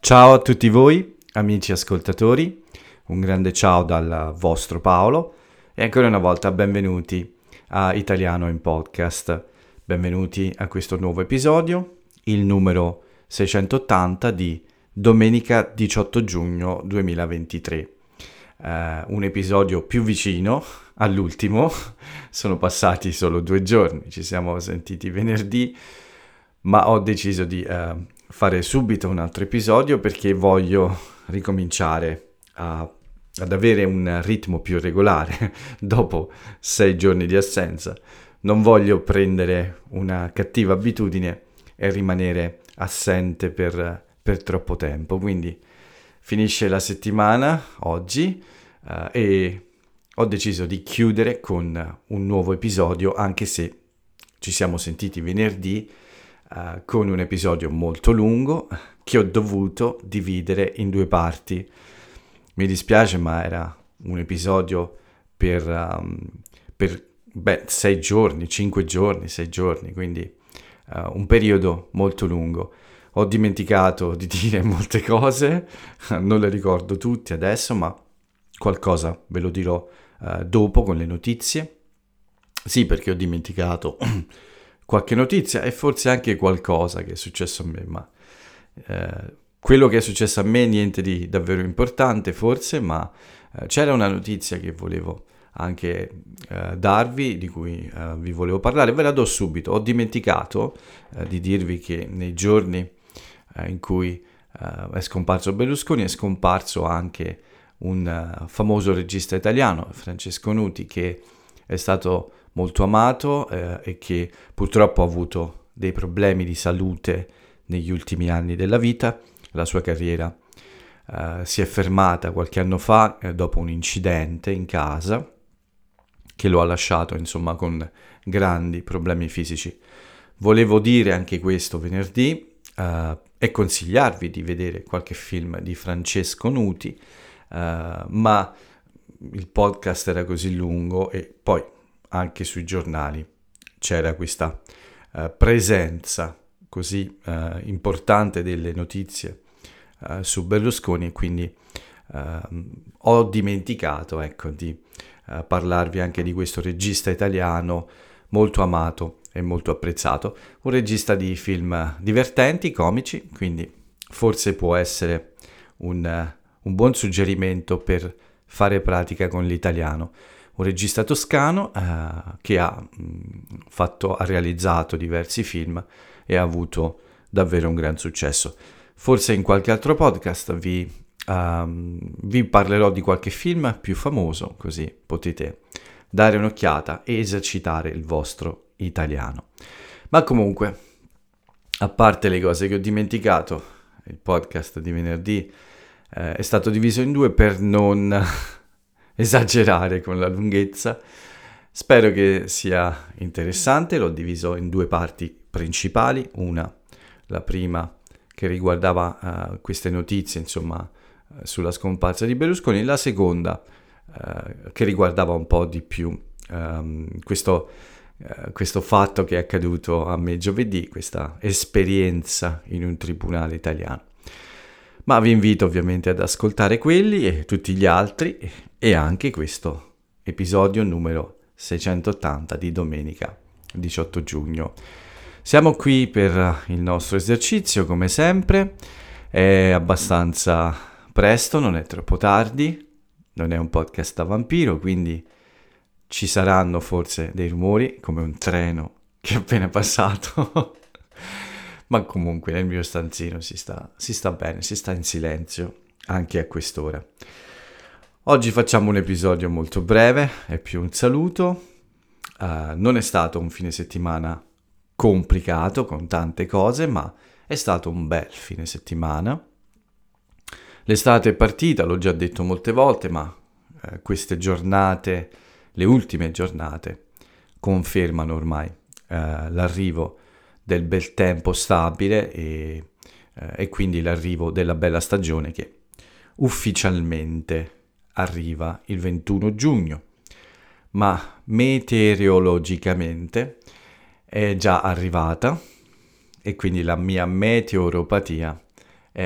Ciao a tutti voi, amici ascoltatori, un grande ciao dal vostro Paolo e ancora una volta benvenuti a Italiano in Podcast. Benvenuti a questo nuovo episodio, il numero 680 di domenica 18 giugno 2023. Un episodio più vicino all'ultimo, sono passati solo 2 giorni, ci siamo sentiti venerdì, ma ho deciso di fare subito un altro episodio perché voglio ricominciare ad avere un ritmo più regolare dopo 6 giorni di assenza. Non voglio prendere una cattiva abitudine e rimanere assente per troppo tempo. Quindi finisce la settimana oggi e ho deciso di chiudere con un nuovo episodio, anche se ci siamo sentiti venerdì con un episodio molto lungo che ho dovuto dividere in 2 parti. Mi dispiace, ma era un episodio per 6 giorni, 5 giorni, 6 giorni, quindi un periodo molto lungo. Ho dimenticato di dire molte cose, non le ricordo tutte adesso, ma qualcosa ve lo dirò dopo con le notizie. Sì, perché ho dimenticato qualche notizia e forse anche qualcosa che è successo a me, ma quello che è successo a me niente di davvero importante forse, ma c'era una notizia che volevo anche darvi, di cui vi volevo parlare, ve la do subito. Ho dimenticato di dirvi che nei giorni in cui è scomparso Berlusconi è scomparso anche un famoso regista italiano, Francesco Nuti, che è stato molto amato e che purtroppo ha avuto dei problemi di salute negli ultimi anni della vita. La sua carriera si è fermata qualche anno fa dopo un incidente in casa che lo ha lasciato insomma con grandi problemi fisici. Volevo dire anche questo venerdì e consigliarvi di vedere qualche film di Francesco Nuti, ma il podcast era così lungo e poi anche sui giornali c'era questa presenza così importante delle notizie su Berlusconi e quindi ho dimenticato, ecco, di parlarvi anche di questo regista italiano molto amato e molto apprezzato, un regista di film divertenti, comici, quindi forse può essere un buon suggerimento per fare pratica con l'italiano. Un regista toscano che ha realizzato diversi film e ha avuto davvero un gran successo. Forse in qualche altro podcast vi parlerò di qualche film più famoso, così potete dare un'occhiata e esercitare il vostro italiano. Ma comunque, a parte le cose che ho dimenticato, il podcast di venerdì è stato diviso in 2 per non esagerare con la lunghezza. Spero che sia interessante. L'ho diviso in 2 parti principali, la prima che riguardava queste notizie, insomma, sulla scomparsa di Berlusconi, la seconda che riguardava un po' di più questo fatto che è accaduto a me giovedì, questa esperienza in un tribunale italiano. Ma vi invito ovviamente ad ascoltare quelli e tutti gli altri e anche questo episodio numero 680 di domenica 18 giugno. Siamo qui per il nostro esercizio come sempre, è abbastanza presto, non è troppo tardi, non è un podcast da vampiro, quindi ci saranno forse dei rumori come un treno che è appena passato. Ma comunque nel mio stanzino si sta bene, si sta in silenzio anche a quest'ora. Oggi facciamo un episodio molto breve, è più un saluto. Non è stato un fine settimana complicato con tante cose, ma è stato un bel fine settimana. L'estate è partita, l'ho già detto molte volte, ma queste giornate, le ultime giornate, confermano ormai l'arrivo del bel tempo stabile e quindi l'arrivo della bella stagione che ufficialmente arriva il 21 giugno, ma meteorologicamente è già arrivata e quindi la mia meteoropatia è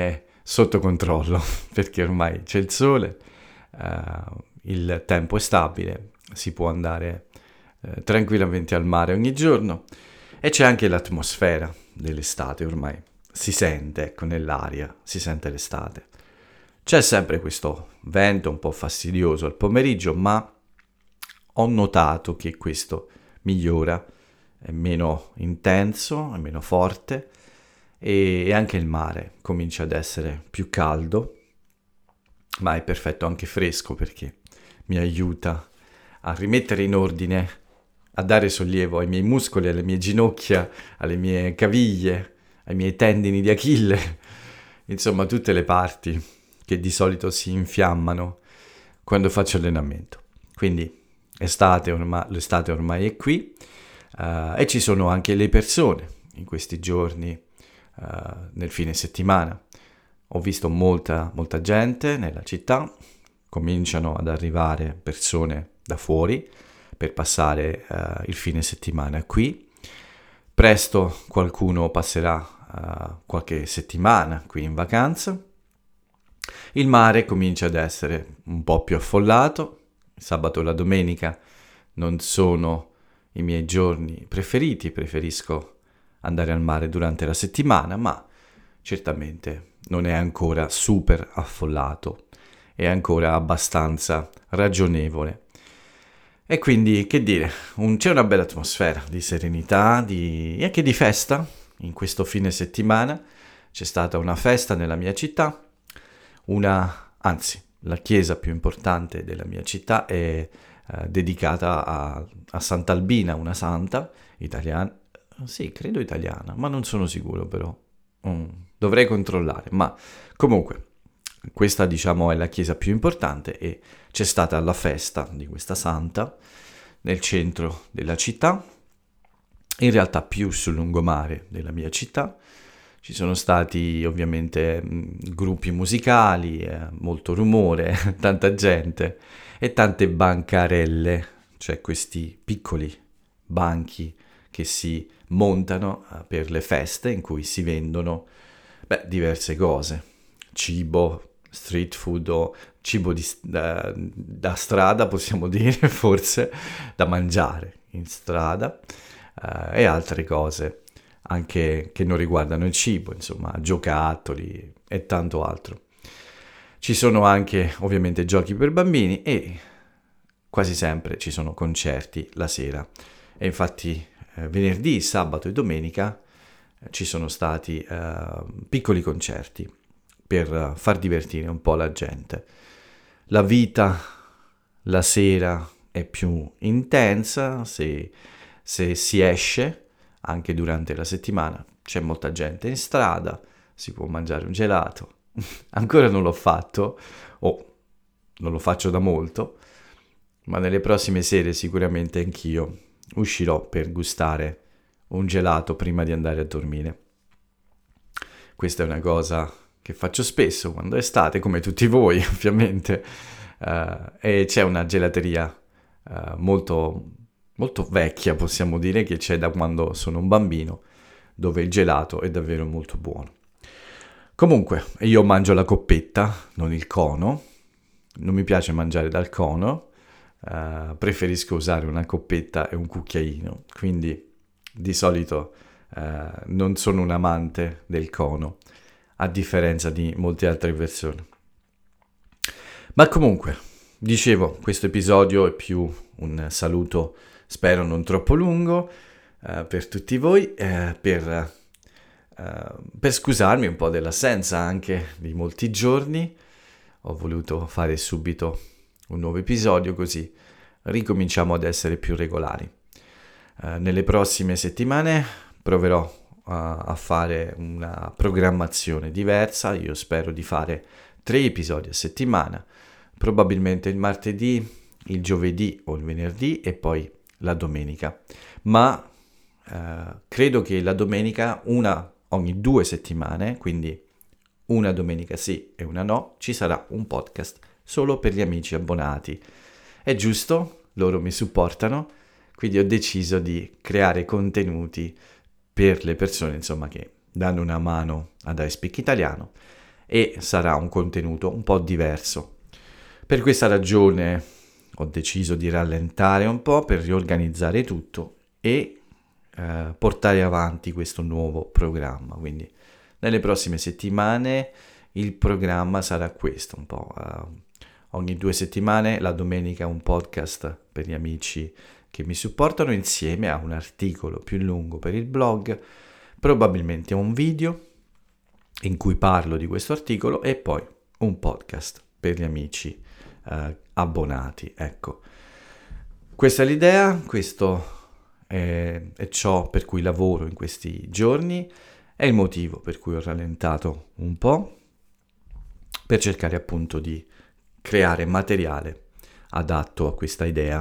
sotto controllo, perché ormai c'è il sole, il tempo è stabile, si può andare tranquillamente al mare ogni giorno e c'è anche l'atmosfera dell'estate, ormai si sente, ecco, nell'aria, si sente l'estate. C'è sempre questo vento un po' fastidioso al pomeriggio, ma ho notato che questo migliora, è meno intenso, è meno forte e anche il mare comincia ad essere più caldo, ma è perfetto anche fresco perché mi aiuta a rimettere in ordine, a dare sollievo ai miei muscoli, alle mie ginocchia, alle mie caviglie, ai miei tendini di Achille, insomma tutte le parti che di solito si infiammano quando faccio allenamento. Quindi l'estate ormai è qui e ci sono anche le persone in questi giorni, nel fine settimana. Ho visto molta gente nella città, cominciano ad arrivare persone da fuori per passare il fine settimana qui. Presto qualcuno passerà qualche settimana qui in vacanza. Il mare comincia ad essere un po' più affollato. Il sabato e la domenica non sono i miei giorni preferiti, preferisco andare al mare durante la settimana, ma certamente non è ancora super affollato, è ancora abbastanza ragionevole. E quindi, che dire, c'è una bella atmosfera di serenità e anche di festa in questo fine settimana. C'è stata una festa nella mia città, la chiesa più importante della mia città è dedicata a Sant'Albina, una santa italiana, sì, credo italiana, ma non sono sicuro però, dovrei controllare, ma comunque questa diciamo è la chiesa più importante e c'è stata la festa di questa santa nel centro della città, in realtà più sul lungomare della mia città. Ci sono stati ovviamente gruppi musicali, molto rumore, tanta gente e tante bancarelle, cioè questi piccoli banchi che si montano per le feste in cui si vendono diverse cose, cibo, street food o cibo da strada possiamo dire, forse, da mangiare in strada e altre cose anche che non riguardano il cibo, insomma, giocattoli e tanto altro. Ci sono anche ovviamente giochi per bambini e quasi sempre ci sono concerti la sera. E infatti venerdì, sabato e domenica ci sono stati piccoli concerti per far divertire un po' la gente. La vita la sera è più intensa se si esce. Anche durante la settimana c'è molta gente in strada, si può mangiare un gelato. Ancora non l'ho fatto, non lo faccio da molto, ma nelle prossime sere sicuramente anch'io uscirò per gustare un gelato prima di andare a dormire. Questa è una cosa che faccio spesso quando è estate, come tutti voi ovviamente, e c'è una gelateria molto vecchia, possiamo dire, che c'è da quando sono un bambino, dove il gelato è davvero molto buono. Comunque, io mangio la coppetta, non il cono. Non mi piace mangiare dal cono, preferisco usare una coppetta e un cucchiaino, quindi di solito non sono un amante del cono, a differenza di molte altre persone. Ma comunque, dicevo, questo episodio è più un saluto, spero non troppo lungo, per tutti voi, per scusarmi un po' dell'assenza anche di molti giorni. Ho voluto fare subito un nuovo episodio così ricominciamo ad essere più regolari. Nelle prossime settimane proverò a fare una programmazione diversa. Io spero di fare 3 episodi a settimana, probabilmente il martedì, il giovedì o il venerdì e poi la domenica. Ma credo che la domenica, una ogni 2 settimane, quindi una domenica sì e una no, ci sarà un podcast solo per gli amici abbonati. È giusto, loro mi supportano, quindi ho deciso di creare contenuti per le persone, insomma, che danno una mano ad iSpeak Italiano e sarà un contenuto un po' diverso. Per questa ragione ho deciso di rallentare un po' per riorganizzare tutto e portare avanti questo nuovo programma. Quindi nelle prossime settimane il programma sarà questo, un po'. Ogni 2 settimane, la domenica, un podcast per gli amici che mi supportano insieme a un articolo più lungo per il blog, probabilmente un video in cui parlo di questo articolo e poi un podcast per gli amici abbonati. Ecco, questa è l'idea, questo è ciò per cui lavoro in questi giorni, è il motivo per cui ho rallentato un po', per cercare appunto di creare materiale adatto a questa idea.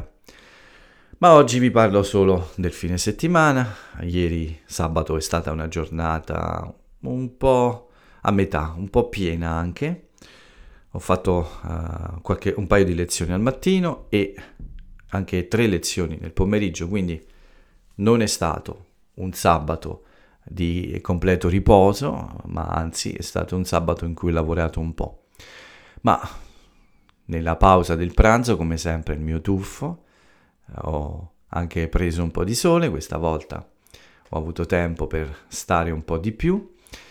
Ma oggi vi parlo solo del fine settimana. Ieri sabato è stata una giornata un po' a metà, un po' piena anche. Ho fatto un paio di lezioni al mattino e anche 3 lezioni nel pomeriggio, quindi non è stato un sabato di completo riposo, ma anzi è stato un sabato in cui ho lavorato un po'. Ma nella pausa del pranzo, come sempre, il mio tuffo, ho anche preso un po' di sole, questa volta ho avuto tempo per stare un po' di più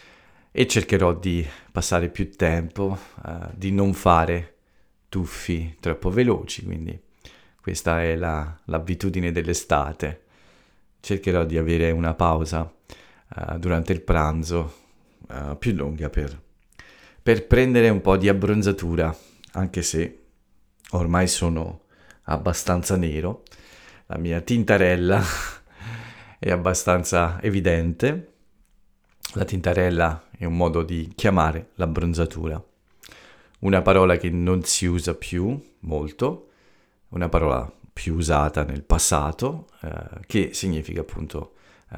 e cercherò di passare più tempo, di non fare tuffi troppo veloci, quindi questa è l'abitudine dell'estate. Cercherò di avere una pausa durante il pranzo più lunga per prendere un po' di abbronzatura, anche se ormai sono abbastanza nero, la mia tintarella è abbastanza evidente. La tintarella è un modo di chiamare l'abbronzatura, una parola che non si usa più molto, una parola più usata nel passato, che significa appunto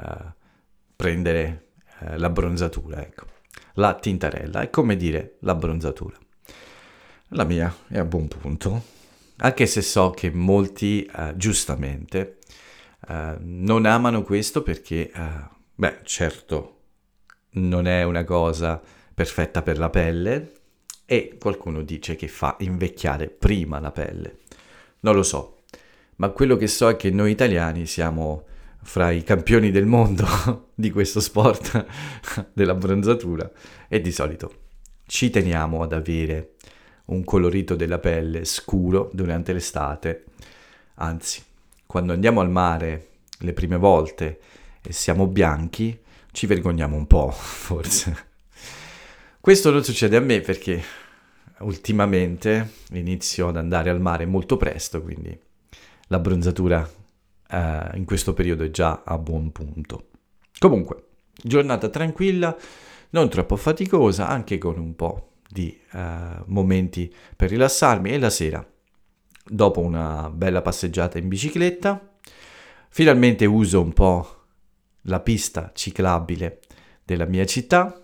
prendere l'abbronzatura, ecco. La tintarella è come dire l'abbronzatura. La mia è a buon punto, anche se so che molti giustamente non amano questo perché, certo, non è una cosa perfetta per la pelle e qualcuno dice che fa invecchiare prima la pelle. Non lo so, ma quello che so è che noi italiani siamo fra i campioni del mondo di questo sport dell'abbronzatura e di solito ci teniamo ad avere un colorito della pelle scuro durante l'estate. Anzi, quando andiamo al mare le prime volte e siamo bianchi, ci vergogniamo un po', forse. Questo non succede a me perché ultimamente inizio ad andare al mare molto presto, quindi l'abbronzatura in questo periodo è già a buon punto. Comunque, giornata tranquilla, non troppo faticosa, anche con un po' di momenti per rilassarmi e la sera, dopo una bella passeggiata in bicicletta, finalmente uso un po' la pista ciclabile della mia città.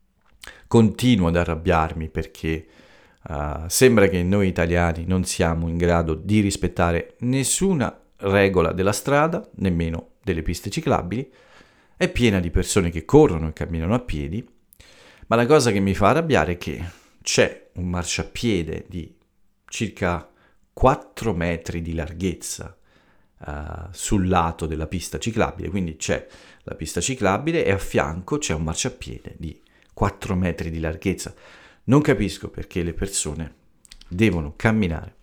Continuo ad arrabbiarmi perché sembra che noi italiani non siamo in grado di rispettare nessuna regola della strada, nemmeno delle piste ciclabili. È piena di persone che corrono e camminano a piedi, ma la cosa che mi fa arrabbiare è che c'è un marciapiede di circa 4 metri di larghezza sul lato della pista ciclabile, quindi c'è la pista ciclabile e a fianco c'è un marciapiede di 4 metri di larghezza. Non capisco perché le persone devono camminare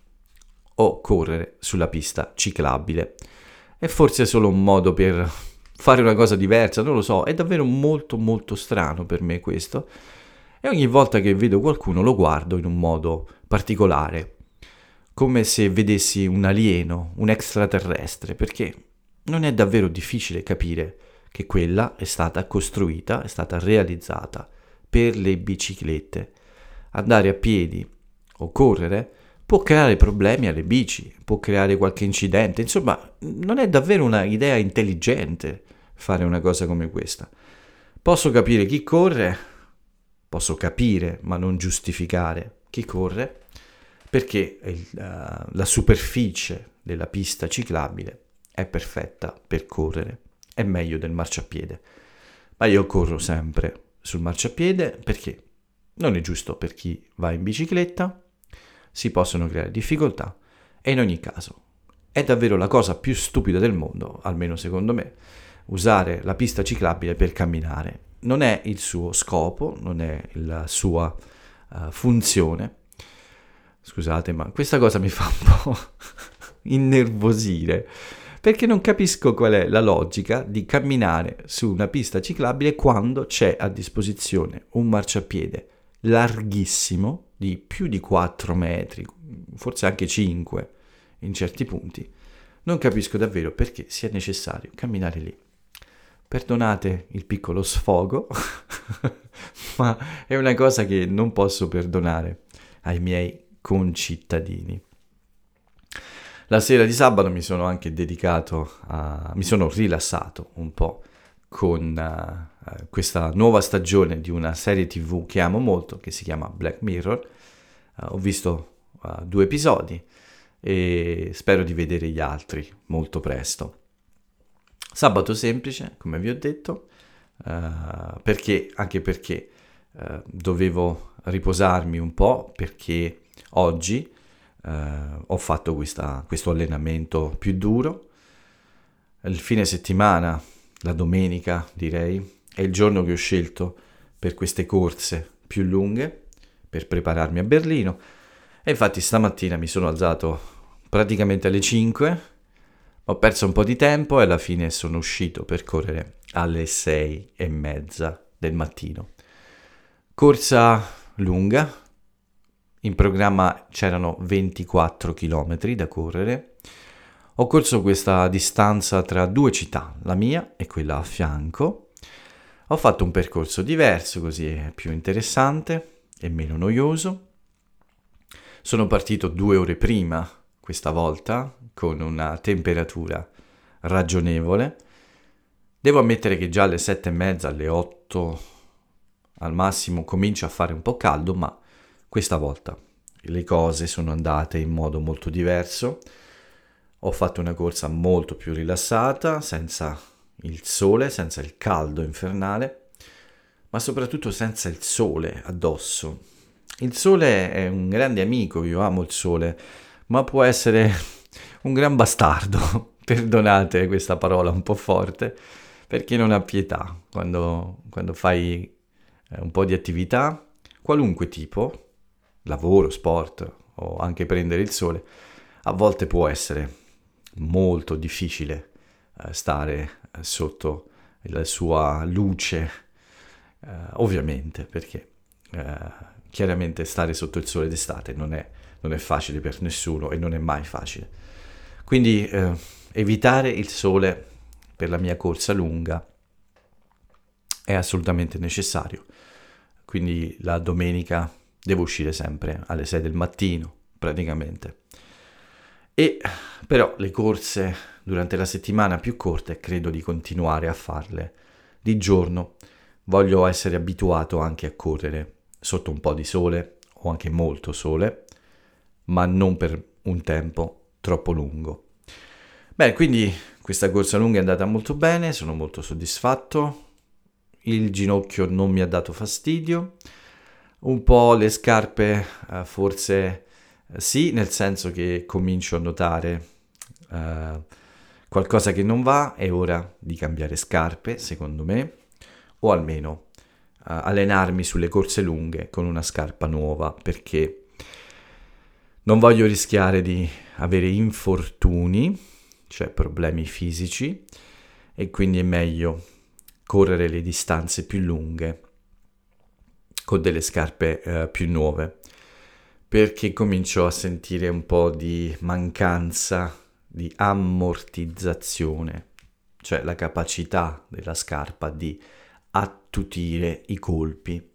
o correre sulla pista ciclabile. È forse solo un modo per fare una cosa diversa, non lo so, è davvero molto molto strano per me questo. E ogni volta che vedo qualcuno lo guardo in un modo particolare, come se vedessi un alieno, un extraterrestre, perché non è davvero difficile capire che quella è stata costruita, è stata realizzata per le biciclette. Andare a piedi o correre può creare problemi alle bici, può creare qualche incidente, insomma, non è davvero una idea intelligente fare una cosa come questa. Posso capire chi corre, posso capire, ma non giustificare chi corre, perché la superficie della pista ciclabile è perfetta per correre, è meglio del marciapiede. Ma io corro sempre sul marciapiede perché non è giusto per chi va in bicicletta, si possono creare difficoltà e in ogni caso è davvero la cosa più stupida del mondo, almeno secondo me, usare la pista ciclabile per camminare. Non è il suo scopo, non è la sua funzione. Scusate, ma questa cosa mi fa un po' innervosire, perché non capisco qual è la logica di camminare su una pista ciclabile quando c'è a disposizione un marciapiede larghissimo di più di 4 metri, forse anche 5 in certi punti. Non capisco davvero perché sia necessario camminare lì. Perdonate il piccolo sfogo, ma è una cosa che non posso perdonare ai miei concittadini. La sera di sabato mi sono anche mi sono rilassato un po' con questa nuova stagione di una serie TV che amo molto, che si chiama Black Mirror. Ho visto 2 episodi e spero di vedere gli altri molto presto. Sabato semplice, come vi ho detto, perché dovevo riposarmi un po', perché oggi ho fatto questo allenamento più duro. Il fine settimana, la domenica direi, è il giorno che ho scelto per queste corse più lunghe, per prepararmi a Berlino. E infatti stamattina mi sono alzato praticamente alle 5, ho perso un po' di tempo e alla fine sono uscito per correre alle 6:30 del mattino. Corsa lunga, in programma c'erano 24 km da correre. Ho corso questa distanza tra 2 città, la mia e quella a fianco. Ho fatto un percorso diverso, così è più interessante e meno noioso. Sono partito 2 ore prima questa volta, con una temperatura ragionevole. Devo ammettere che già alle 7:30, alle 8 al massimo comincia a fare un po' caldo, ma questa volta le cose sono andate in modo molto diverso. Ho fatto una corsa molto più rilassata, senza il sole, senza il caldo infernale, ma soprattutto senza il sole addosso. Il sole è un grande amico, io amo il sole, ma può essere un gran bastardo, perdonate questa parola un po' forte, perché non ha pietà quando fai un po' di attività, qualunque tipo, lavoro, sport o anche prendere il sole, a volte può essere molto difficile stare sotto la sua luce, ovviamente, perché chiaramente stare sotto il sole d'estate non è facile per nessuno e non è mai facile. Quindi evitare il sole per la mia corsa lunga è assolutamente necessario. Quindi la domenica devo uscire sempre alle 6 del mattino, praticamente. E però le corse durante la settimana più corte credo di continuare a farle di giorno. Voglio essere abituato anche a correre sotto un po' di sole o anche molto sole, ma non per un tempo troppo lungo. Bene, quindi questa corsa lunga è andata molto bene, sono molto soddisfatto. Il ginocchio non mi ha dato fastidio. Un po' le scarpe forse sì, nel senso che comincio a notare qualcosa che non va, è ora di cambiare scarpe, secondo me, o almeno allenarmi sulle corse lunghe con una scarpa nuova, perché non voglio rischiare di avere infortuni, cioè problemi fisici, e quindi è meglio correre le distanze più lunghe con delle scarpe più nuove, perché comincio a sentire un po' di mancanza di ammortizzazione, cioè la capacità della scarpa di attutire i colpi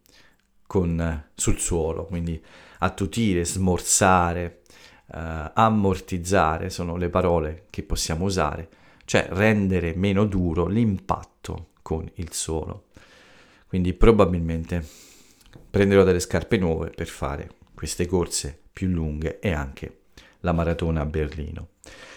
sul suolo, quindi attutire, smorzare, ammortizzare sono le parole che possiamo usare, cioè rendere meno duro l'impatto con il suolo. Quindi probabilmente prenderò delle scarpe nuove per fare queste corse più lunghe e anche la maratona a Berlino.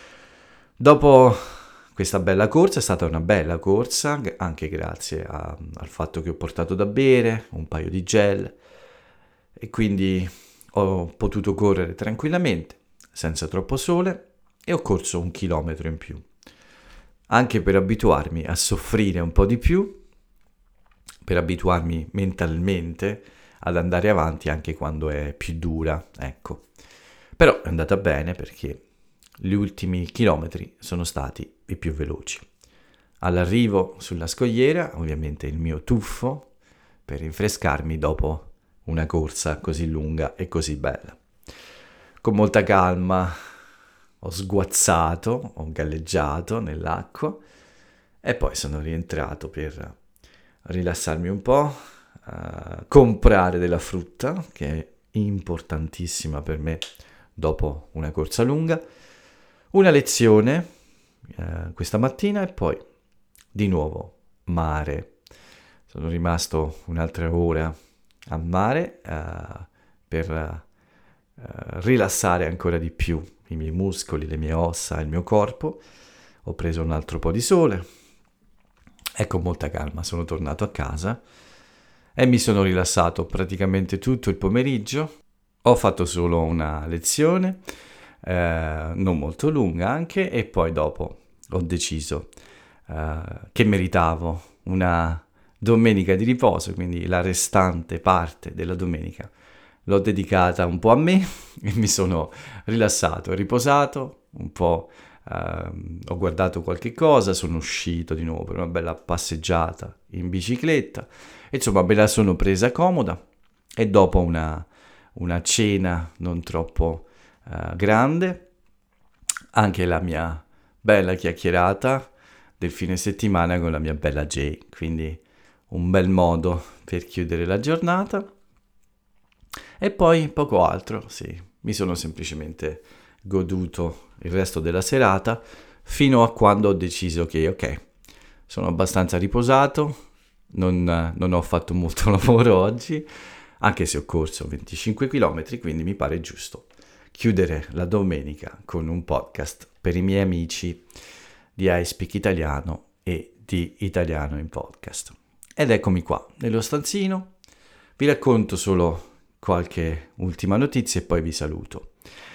Dopo questa bella corsa, è stata una bella corsa, anche grazie al fatto che ho portato da bere, un paio di gel, e quindi ho potuto correre tranquillamente, senza troppo sole, e ho corso 1 chilometro in più, anche per abituarmi a soffrire un po' di più, per abituarmi mentalmente ad andare avanti anche quando è più dura, ecco. Però è andata bene perché gli ultimi chilometri sono stati i più veloci. All'arrivo sulla scogliera, ovviamente il mio tuffo per rinfrescarmi dopo una corsa così lunga e così bella. Con molta calma ho sguazzato, ho galleggiato nell'acqua e poi sono rientrato per rilassarmi un po', comprare della frutta, che è importantissima per me dopo una corsa lunga, una lezione questa mattina e poi di nuovo mare. Sono rimasto un'altra ora a mare per rilassare ancora di più i miei muscoli, le mie ossa, il mio corpo. Ho preso un altro po' di sole e con molta calma sono tornato a casa e mi sono rilassato praticamente tutto il pomeriggio. Ho fatto solo una lezione, non molto lunga anche, e poi dopo ho deciso che meritavo una domenica di riposo, quindi la restante parte della domenica l'ho dedicata un po' a me e mi sono rilassato, riposato un po', ho guardato qualche cosa, sono uscito di nuovo per una bella passeggiata in bicicletta, insomma me la sono presa comoda e dopo una cena non troppo grande, anche la mia bella chiacchierata del fine settimana con la mia bella Jay, quindi un bel modo per chiudere la giornata. E poi poco altro, sì, mi sono semplicemente goduto il resto della serata fino a quando ho deciso che ok, sono abbastanza riposato, non ho fatto molto lavoro oggi, anche se ho corso 25 km, quindi mi pare giusto chiudere la domenica con un podcast per i miei amici di I Speak Italiano e di Italiano in Podcast. Ed eccomi qua, nello stanzino, vi racconto solo qualche ultima notizia e poi vi saluto.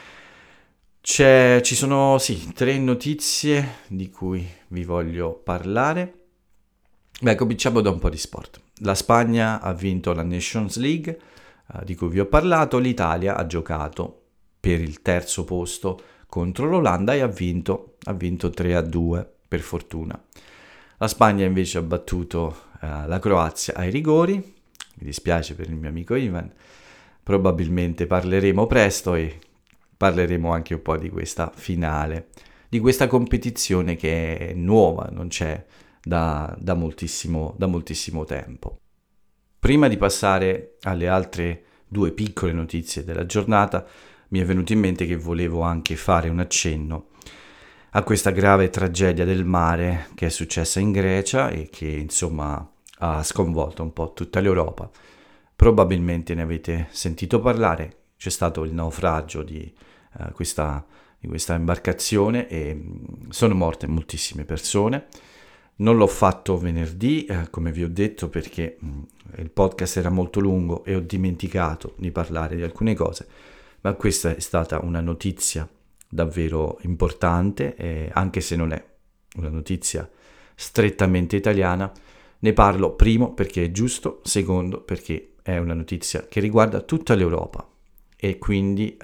Ci sono, 3 notizie di cui vi voglio parlare. Beh, cominciamo da un po' di sport. La Spagna ha vinto la Nations League, di cui vi ho parlato. L'Italia ha giocato per il terzo posto contro l'Olanda e ha vinto 3-2, per fortuna. La Spagna invece ha battuto la Croazia ai rigori. Mi dispiace per il mio amico Ivan. Probabilmente parleremo presto e parleremo anche un po' di questa finale, di questa competizione che è nuova, non c'è da moltissimo tempo. Prima di passare alle altre 2 piccole notizie della giornata, mi è venuto in mente che volevo anche fare un accenno a questa grave tragedia del mare che è successa in Grecia e che insomma ha sconvolto un po' tutta l'Europa. Probabilmente ne avete sentito parlare, c'è stato il naufragio di questa imbarcazione e sono morte moltissime persone. Non l'ho fatto venerdì, come vi ho detto, perché il podcast era molto lungo e ho dimenticato di parlare di alcune cose, ma questa è stata una notizia davvero importante, anche se non è una notizia strettamente italiana. Ne parlo primo perché è giusto, secondo perché è una notizia che riguarda tutta l'Europa e quindi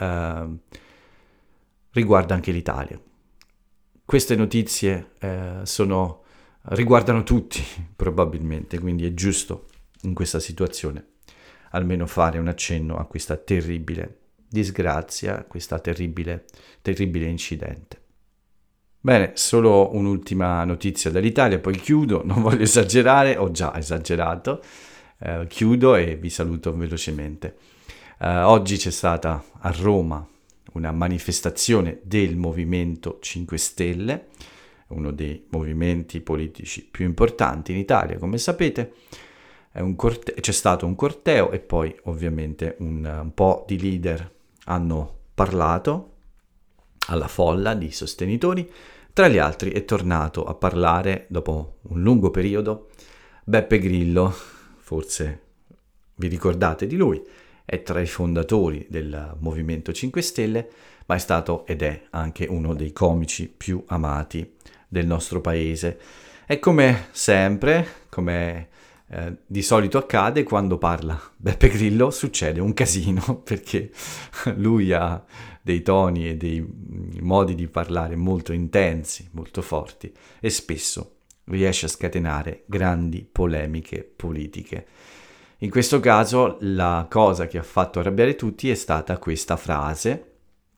riguarda anche l'Italia. Queste notizie riguardano tutti probabilmente, quindi è giusto in questa situazione almeno fare un accenno a questa terribile disgrazia, questa terribile incidente. Bene, solo un'ultima notizia dall'Italia, poi chiudo, non voglio esagerare, ho già esagerato, chiudo e vi saluto velocemente. Oggi c'è stata a Roma una manifestazione del Movimento 5 Stelle, uno dei movimenti politici più importanti in Italia, come sapete. C'è stato un corteo e poi ovviamente un po' di leader hanno parlato alla folla di sostenitori. Tra gli altri è tornato a parlare, dopo un lungo periodo, Beppe Grillo, forse vi ricordate di lui, è tra i fondatori del Movimento 5 Stelle, ma è stato ed è anche uno dei comici più amati del nostro paese. E come sempre, come di solito accade, quando parla Beppe Grillo succede un casino, perché lui ha dei toni e dei modi di parlare molto intensi, molto forti, e spesso riesce a scatenare grandi polemiche politiche. In questo caso la cosa che ha fatto arrabbiare tutti è stata questa frase: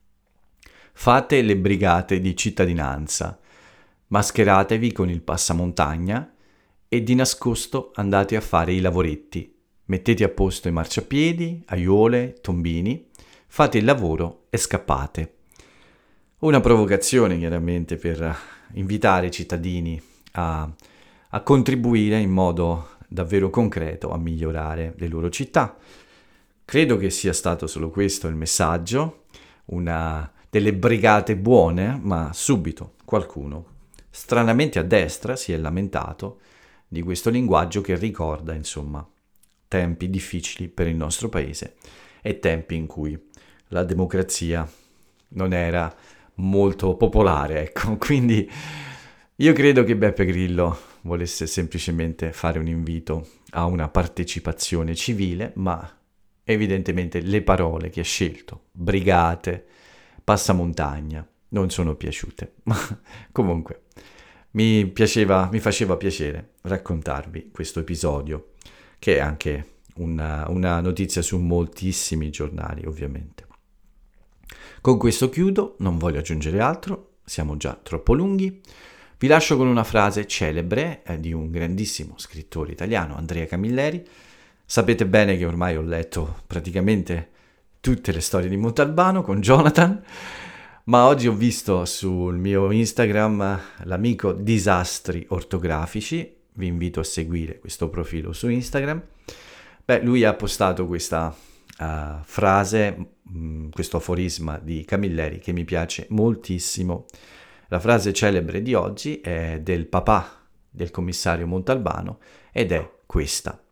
fate le brigate di cittadinanza, mascheratevi con il passamontagna e di nascosto andate a fare i lavoretti, mettete a posto i marciapiedi, aiuole, tombini, fate il lavoro e scappate. Una provocazione chiaramente per invitare i cittadini a contribuire in modo davvero concreto a migliorare le loro città. Credo che sia stato solo questo il messaggio, una delle brigate buone, ma subito qualcuno, stranamente a destra, si è lamentato di questo linguaggio che ricorda, insomma, tempi difficili per il nostro paese e tempi in cui la democrazia non era molto popolare, ecco. Quindi io credo che Beppe Grillo volesse semplicemente fare un invito a una partecipazione civile, ma evidentemente le parole che ha scelto, brigate, passamontagna, non sono piaciute. Ma comunque mi faceva piacere raccontarvi questo episodio, che è anche una notizia su moltissimi giornali, ovviamente. Con questo chiudo, non voglio aggiungere altro, siamo già troppo lunghi. Vi lascio con una frase celebre di un grandissimo scrittore italiano, Andrea Camilleri. Sapete bene che ormai ho letto praticamente tutte le storie di Montalbano con Jonathan, ma oggi ho visto sul mio Instagram l'amico Disastri Ortografici, vi invito a seguire questo profilo su Instagram. Lui ha postato questa frase, questo aforisma di Camilleri che mi piace moltissimo. La frase celebre di oggi è del papà del commissario Montalbano ed è questa: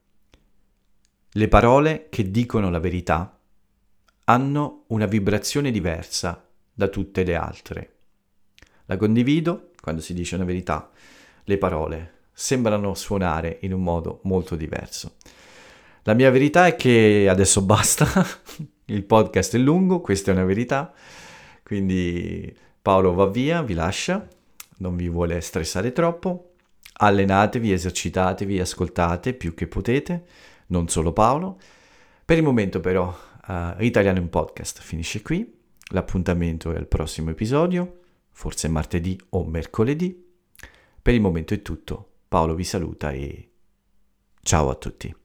le parole che dicono la verità hanno una vibrazione diversa da tutte le altre. La condivido, quando si dice una verità, le parole sembrano suonare in un modo molto diverso. La mia verità è che adesso basta, il podcast è lungo, questa è una verità, quindi Paolo va via, vi lascia, non vi vuole stressare troppo, allenatevi, esercitatevi, ascoltate più che potete, non solo Paolo. Per il momento però Italiano in Podcast finisce qui, l'appuntamento è al prossimo episodio, forse martedì o mercoledì. Per il momento è tutto, Paolo vi saluta e ciao a tutti.